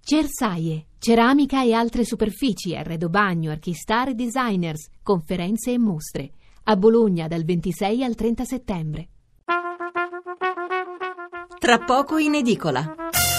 Cersaie, ceramica e altre superfici, arredo bagno, archistar e designers, conferenze e mostre. A Bologna dal 26 al 30 settembre. Tra poco in edicola.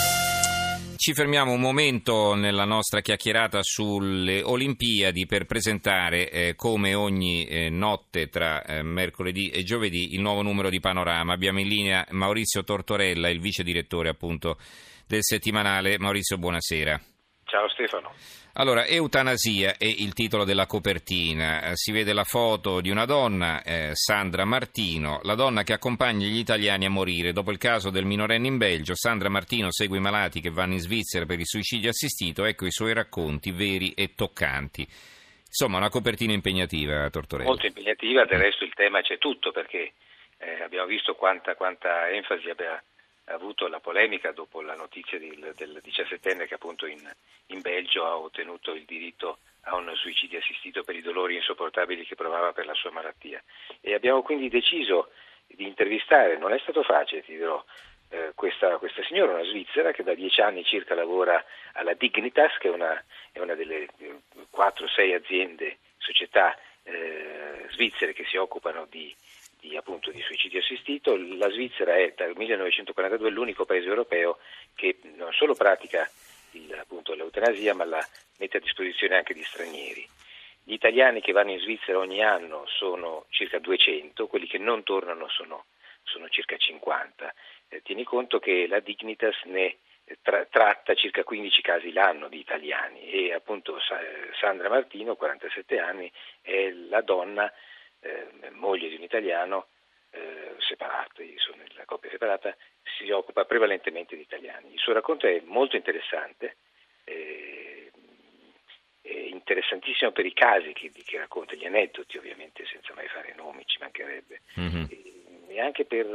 Ci fermiamo un momento nella nostra chiacchierata sulle Olimpiadi per presentare, come ogni notte tra mercoledì e giovedì, il nuovo numero di Panorama. Abbiamo in linea Maurizio Tortorella, il vice direttore appunto del settimanale. Maurizio, buonasera. Ciao Stefano. Allora, eutanasia è il titolo della copertina. Si vede la foto di una donna, Sandra Martino, la donna che accompagna gli italiani a morire. Dopo il caso del minorenne in Belgio, Sandra Martino segue i malati che vanno in Svizzera per il suicidio assistito. Ecco i suoi racconti veri e toccanti. Insomma, una copertina impegnativa, Tortorella. Molto impegnativa, del resto il tema c'è tutto, perché abbiamo visto quanta enfasi abbia avuto la polemica dopo la notizia del 17enne che appunto in Belgio ha ottenuto il diritto a un suicidio assistito per i dolori insopportabili che provava per la sua malattia. E abbiamo quindi deciso di intervistare, non è stato facile, ti dirò, questa signora, una svizzera che da 10 anni circa lavora alla Dignitas, che è una delle 4-6 aziende, società svizzere che si occupano di suicidio assistito. La Svizzera è dal 1942 l'unico paese europeo che non solo pratica l'eutanasia, ma la mette a disposizione anche di stranieri. Gli italiani che vanno in Svizzera ogni anno sono circa 200, quelli che non tornano sono circa 50. Tieni conto che la Dignitas ne tratta circa 15 casi l'anno di italiani e appunto Sandra Martino, 47 anni, è la donna, moglie di un italiano separato, sono nella coppia separata, si occupa prevalentemente di italiani. Il suo racconto è molto interessante, è interessantissimo per i casi che racconta, gli aneddoti ovviamente, senza mai fare nomi, ci mancherebbe, e anche per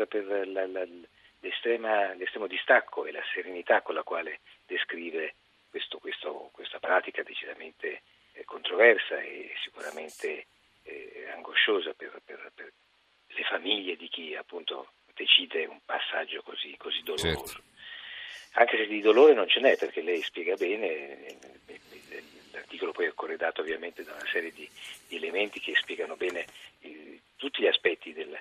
l'estremo distacco e la serenità con la quale descrive questa pratica decisamente controversa e sicuramente angosciosa per le famiglie di chi appunto decide un passaggio così doloroso. Certo. Anche se di dolore non ce n'è, perché lei spiega bene, l'articolo poi è corredato ovviamente da una serie di elementi che spiegano bene tutti gli aspetti di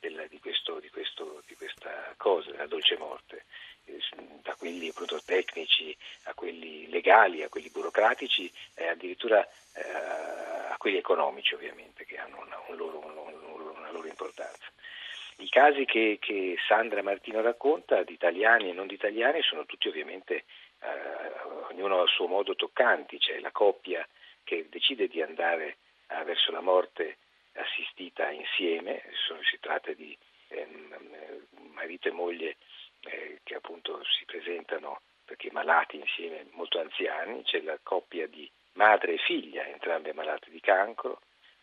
questa cosa, della dolce morte, da quelli appunto tecnici a quelli legali, a quelli burocratici e addirittura a quelli economici ovviamente, che hanno una loro importanza. I casi che Sandra Martino racconta, di italiani e non di italiani, sono tutti ovviamente ognuno a suo modo toccanti. C'è la coppia che decide di andare verso la morte assistita insieme, si tratta di marito e moglie che appunto si presentano perché malati insieme, molto anziani. C'è la coppia di madre e figlia, entrambe malate di cancro.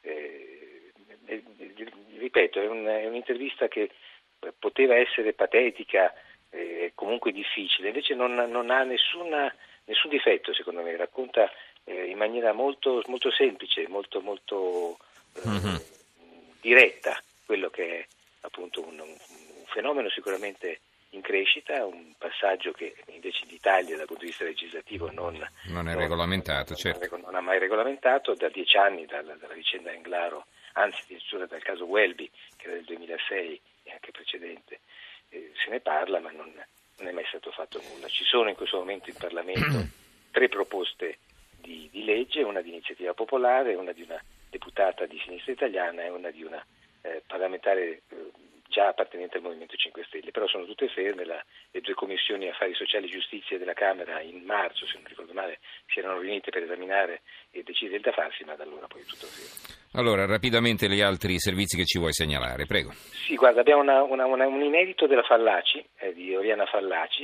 Ripeto, è un'intervista che poteva essere patetica e comunque difficile, invece non ha nessun difetto, secondo me. Racconta in maniera molto, molto semplice, molto diretta quello che è appunto un fenomeno sicuramente in crescita, un passaggio che invece in Italia dal punto di vista legislativo non è regolamentato, certo. Non ha mai regolamentato. Da 10 anni dalla vicenda Englaro, anzi addirittura dal caso Welby, che era del 2006 e anche precedente, se ne parla, ma non è mai stato fatto nulla. Ci sono in questo momento in Parlamento 3 proposte di legge, una di iniziativa popolare, una di una deputata di Sinistra Italiana e una di una parlamentare già appartenente al Movimento 5 Stelle, però sono tutte ferme. Le 2 commissioni Affari Sociali e Giustizia della Camera in marzo, se non ricordo male, si erano riunite per esaminare e decidere da farsi, ma da allora poi è tutto fermo. Allora, rapidamente gli altri servizi che ci vuoi segnalare, prego. Sì, guarda, abbiamo un inedito della Fallaci, di Oriana Fallaci.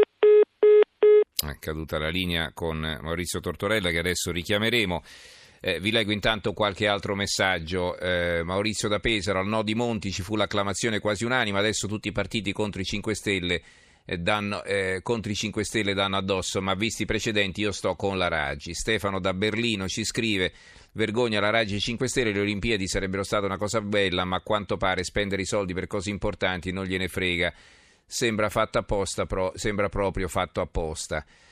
È caduta la linea con Maurizio Tortorella, che adesso richiameremo. Vi leggo intanto qualche altro messaggio. Maurizio da Pesaro: al no di Monti ci fu l'acclamazione quasi unanime, adesso tutti i partiti contro i 5 Stelle danno addosso, ma visti i precedenti io sto con la Raggi. Stefano da Berlino ci scrive: vergogna la Raggi 5 Stelle, le Olimpiadi sarebbero stata una cosa bella, ma a quanto pare spendere i soldi per cose importanti non gliene frega, sembra proprio fatto apposta.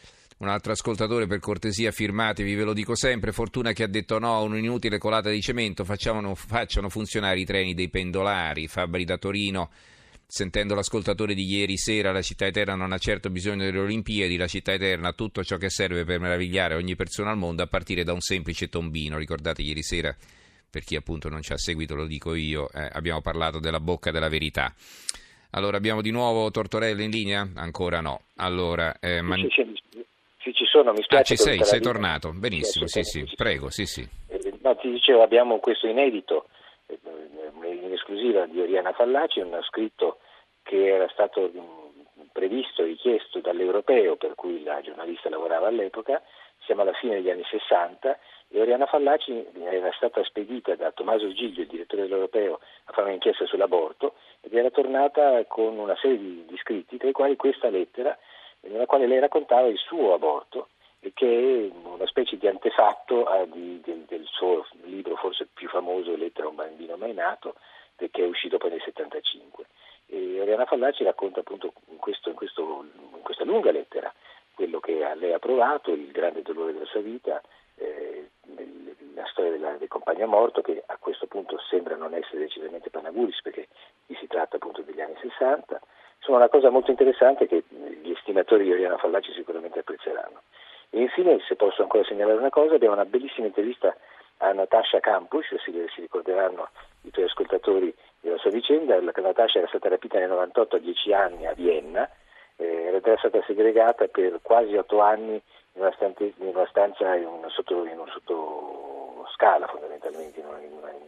Un altro ascoltatore, per cortesia firmatevi, ve lo dico sempre, Fortuna che ha detto no a un'inutile colata di cemento, facciano funzionare i treni dei pendolari. Fabri da Torino, sentendo l'ascoltatore di ieri sera, la città eterna non ha certo bisogno delle Olimpiadi, la città eterna ha tutto ciò che serve per meravigliare ogni persona al mondo a partire da un semplice tombino. Ricordate ieri sera, per chi appunto non ci ha seguito lo dico io, abbiamo parlato della bocca della verità. Allora abbiamo di nuovo Tortorella in linea? Ancora no. Allora, Sì, ci sono, mi spiace. Sei tornato, benissimo, sì, prego, sì. No, ti dicevo, abbiamo questo inedito, in esclusiva di Oriana Fallaci, un scritto che era stato previsto, richiesto dall'Europeo, per cui la giornalista lavorava all'epoca, siamo alla fine degli anni 60, e Oriana Fallaci era stata spedita da Tommaso Giglio, il direttore dell'Europeo, a fare un'inchiesta sull'aborto, ed era tornata con una serie di scritti, tra i quali questa lettera, nella quale lei raccontava il suo aborto, e che è una specie di antefatto del suo libro forse più famoso, Lettera a un bambino mai nato, che è uscito poi nel 75. E Oriana Fallaci racconta appunto in questa lunga lettera quello che lei ha provato, il grande dolore della sua vita, la storia del compagno morto, che a questo punto sembra non essere decisamente Panagulis, perché qui si tratta appunto degli anni 60. Insomma, una cosa molto interessante che gli estimatori di Oriana Fallaci sicuramente apprezzeranno. E infine, se posso ancora segnalare una cosa, abbiamo una bellissima intervista a Natasha Kampusch, si ricorderanno i tuoi ascoltatori della sua vicenda. Natasha era stata rapita nel 98 a 10 anni a Vienna, era stata segregata per quasi 8 anni in una stanza in un sottoscala, fondamentalmente, in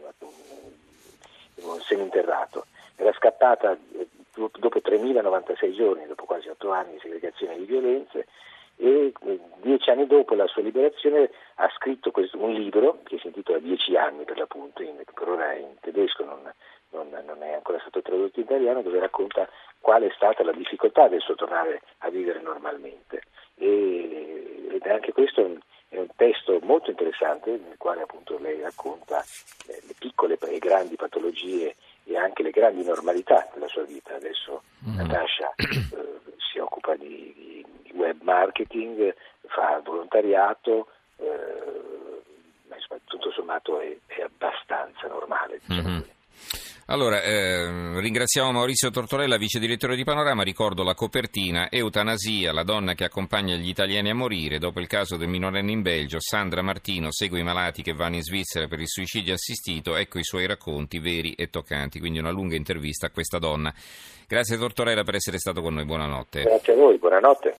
un seminterrato. Era scappata dopo 3.096 giorni, dopo quasi 8 anni di segregazione e di violenze, e 10 anni dopo la sua liberazione ha scritto un libro che si intitola 10 anni, per l'appunto, per ora è in tedesco, non è ancora stato tradotto in italiano, dove racconta qual è stata la difficoltà del suo tornare a vivere normalmente. Ed anche questo è un testo molto interessante, nel quale appunto lei racconta le piccole e grandi patologie e anche le grandi normalità della sua vita. Adesso Natasha si occupa di web marketing, fa volontariato, ma insomma, tutto sommato è abbastanza normale, diciamo. Allora, ringraziamo Maurizio Tortorella, vice direttore di Panorama. Ricordo la copertina: Eutanasia, la donna che accompagna gli italiani a morire. Dopo il caso del minorenne in Belgio, Sandra Martino segue i malati che vanno in Svizzera per il suicidio assistito. Ecco i suoi racconti veri e toccanti, quindi una lunga intervista a questa donna. Grazie Tortorella per essere stato con noi, buonanotte. Grazie a voi, buonanotte.